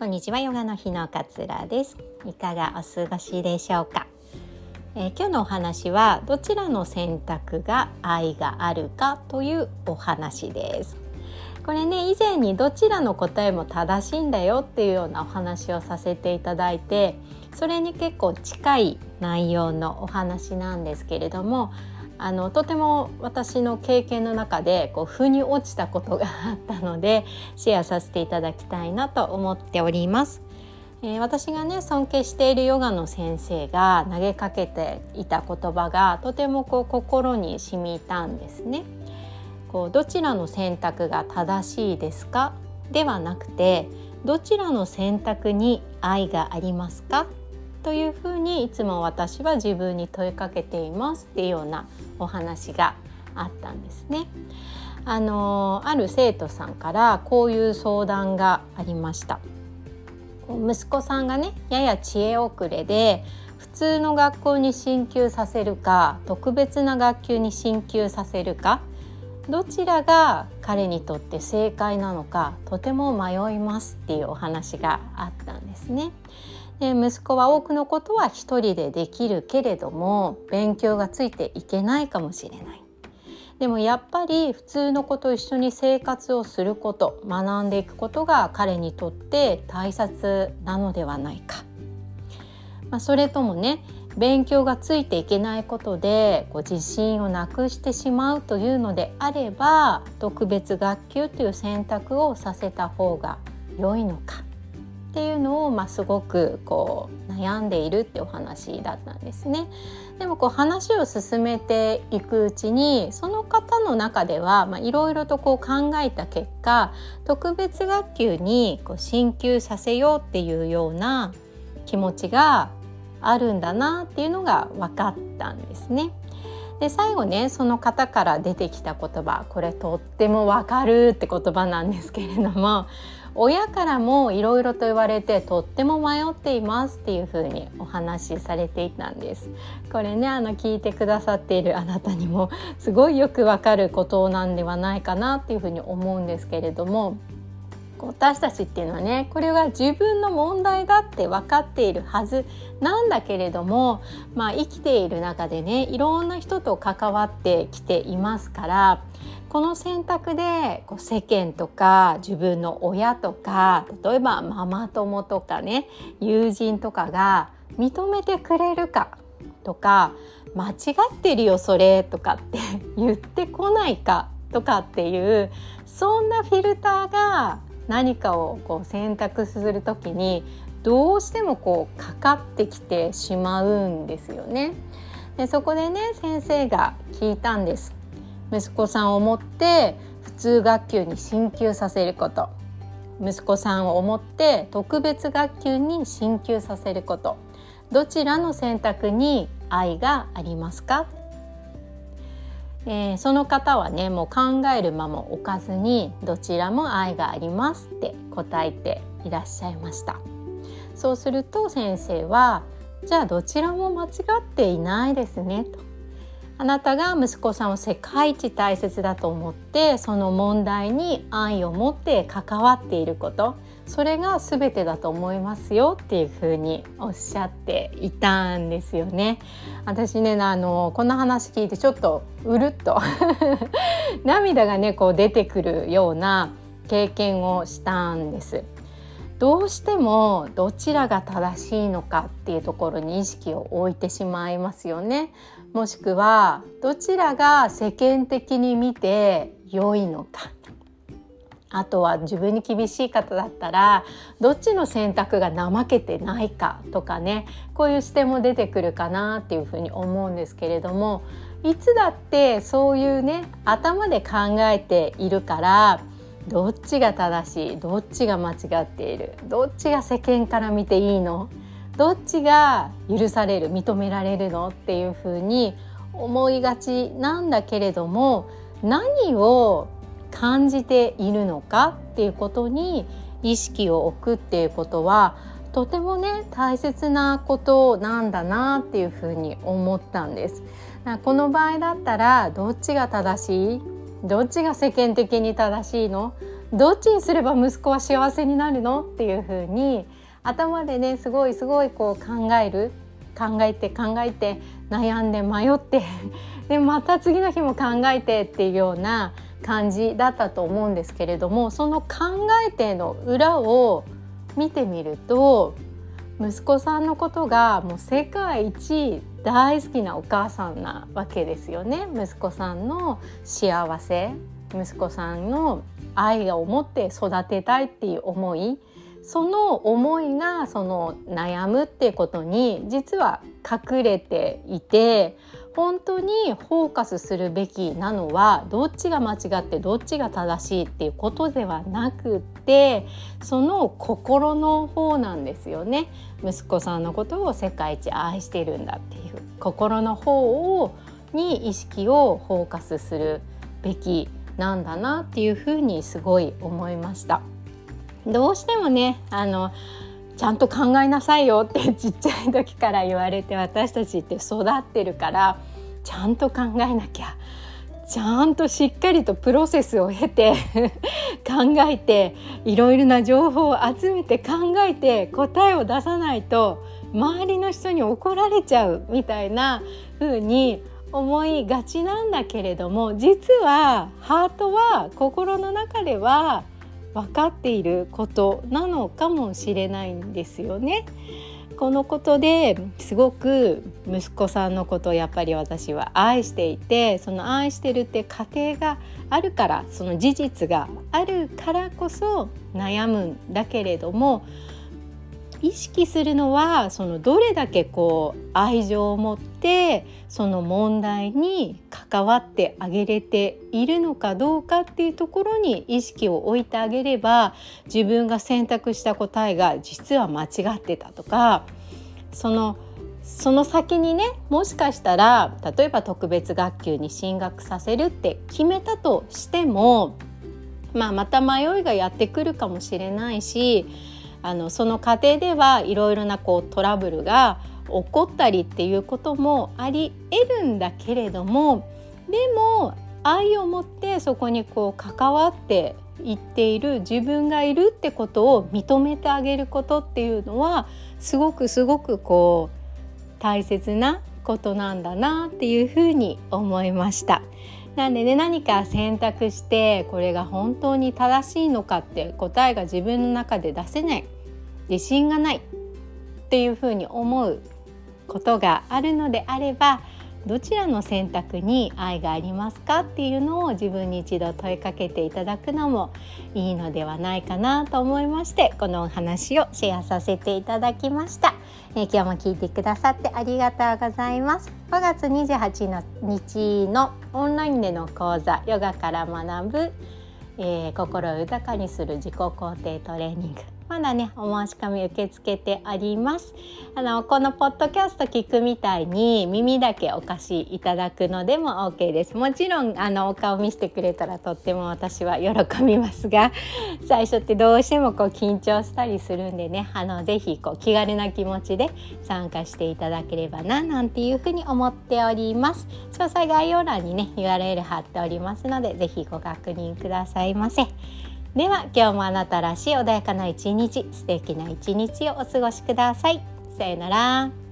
こんにちは、ヨガの日の勝良です。いかがお過ごしでしょうか。今日のお話はどちらの選択が愛があるかというお話です。これね、以前にどちらの答えも正しいんだよっていうようなお話をさせていただいて、それに結構近い内容のお話なんですけれども、とても私の経験の中で腑に落ちたことがあったのでシェアさせていただきたいなと思っております。私がね尊敬しているヨガの先生が投げかけていた言葉がとても心に染みたんですね。どちらの選択が正しいですかではなくて、どちらの選択に愛がありますかというふうにいつも私は自分に問いかけていますっていうようなお話があったんですね。ある生徒さんからこういう相談がありました。息子さんがねやや知恵遅れで普通の学校に進級させるか特別な学級に進級させるか、どちらが彼にとって正解なのかとても迷いますっていうお話があったんですね。で、息子は多くのことは一人でできるけれども勉強がついていけないかもしれない。でもやっぱり普通の子と一緒に生活をすること、学んでいくことが彼にとって大切なのではないか。それともね、勉強がついていけないことで自信をなくしてしまうというのであれば、特別学級という選択をさせた方が良いのかっていうのを、すごく悩んでいるってお話だったんですね。でも話を進めていくうちにその方の中ではいろいろと考えた結果、特別学級に進級させようっていうような気持ちがあるんだなっていうのが分かったんですね。で、最後ねその方から出てきた言葉、これとっても分かるって言葉なんですけれども、親からもいろいろと言われてとっても迷っていますっていうふうにお話しされていたんです。これね聞いてくださっているあなたにもすごいよくわかることなんではないかなっていうふうに思うんですけれども、私たちっていうのはね、これは自分の問題だって分かっているはずなんだけれども、生きている中でねいろんな人と関わってきていますから、この選択で世間とか自分の親とか、例えばママ友とかね友人とかが認めてくれるかとか、間違ってるよそれとかって言ってこないかとかっていう、そんなフィルターが何かを選択するときにどうしてもかかってきてしまうんですよね。で、そこでね先生が聞いたんです。息子さんを思って普通学級に進級させること、息子さんを思って特別学級に進級させること、どちらの選択に愛がありますか。その方はねもう考える間も置かずにどちらも愛がありますって答えていらっしゃいました。そうすると先生は、じゃあどちらも間違っていないですねと。あなたが息子さんを世界一大切だと思ってその問題に愛を持って関わっていること、それが全てだと思いますよっていうふうにおっしゃっていたんですよね。私ねこの話聞いてちょっとうるっと涙がね出てくるような経験をしたんです。どうしてもどちらが正しいのかっていうところに意識を置いてしまいますよね。もしくはどちらが世間的に見て良いのか、あとは自分に厳しい方だったらどっちの選択が怠けてないかとかね、こういう視点も出てくるかなっていうふうに思うんですけれども、いつだってそういうね頭で考えているから、どっちが正しい、どっちが間違っている、どっちが世間から見ていいの、どっちが許される、認められるのっていうふうに思いがちなんだけれども、何を感じているのかっていうことに意識を置くっていうことはとてもね大切なことなんだなっていうふうに思ったんです。この場合だったらどっちが正しい、どっちが世間的に正しいの、 どっちにすれば息子は幸せになるのっていう風に頭でねすごいこう考えて悩んで迷ってでまた次の日も考えてっていうような感じだったと思うんですけれども、その考えての裏を見てみると息子さんのことがもう世界一大好きなお母さんなわけですよね。息子さんの幸せ、息子さんの愛を持って育てたいっていう思い、その思いがその悩むっていうことに実は隠れていて、本当にフォーカスするべきなのはどっちが間違ってどっちが正しいっていうことではなくって、その心の方なんですよね。息子さんのことを世界一愛しているんだっていう心の方に意識をフォーカスするべきなんだなっていうふうにすごい思いました。どうしてもねちゃんと考えなさいよってちっちゃい時から言われて、私たちって育ってるからちゃんと考えなきゃ、ちゃんとしっかりとプロセスを経て考えていろいろな情報を集めて考えて答えを出さないと周りの人に怒られちゃうみたいな風に思いがちなんだけれども、実はハートは心の中では分かっていることなのかもしれないんですよね。このことですごく息子さんのことをやっぱり私は愛していて、その愛してるって過程があるから、その事実があるからこそ悩むんだけれども、意識するのはそのどれだけこう愛情を持ってその問題に関わってあげれているのかどうかっていうところに意識を置いてあげれば、自分が選択した答えが実は間違ってたとか、その先にね、もしかしたら例えば特別学級に進学させるって決めたとしても、また迷いがやってくるかもしれないし、その過程ではいろいろなトラブルが起こったりっていうこともあり得るんだけれども、でも愛を持ってそこに関わっていっている自分がいるってことを認めてあげることっていうのはすごく大切なことなんだなっていうふうに思いました。なんでね、何か選択してこれが本当に正しいのかって答えが自分の中で出せない、自信がないっていうふうに思うことがあるのであれば、どちらの選択に愛がありますかっていうのを自分に一度問いかけていただくのもいいのではないかなと思いまして、このお話をシェアさせていただきました。今日も聞いてくださってありがとうございます。5月28日のオンラインでの講座、ヨガから学ぶ、心を豊かにする自己肯定トレーニング、まだねお申し込み受け付けております。このポッドキャスト聞くみたいに耳だけお貸しいただくのでも OK です。もちろんお顔見せてくれたらとっても私は喜びますが、最初ってどうしても緊張したりするんでね、ぜひ気軽な気持ちで参加していただければななんていうふうに思っております。詳細概要欄にね URL 貼っておりますので、ぜひご確認くださいませ。では今日もあなたらしい穏やかな一日、素敵な一日をお過ごしください。さよなら。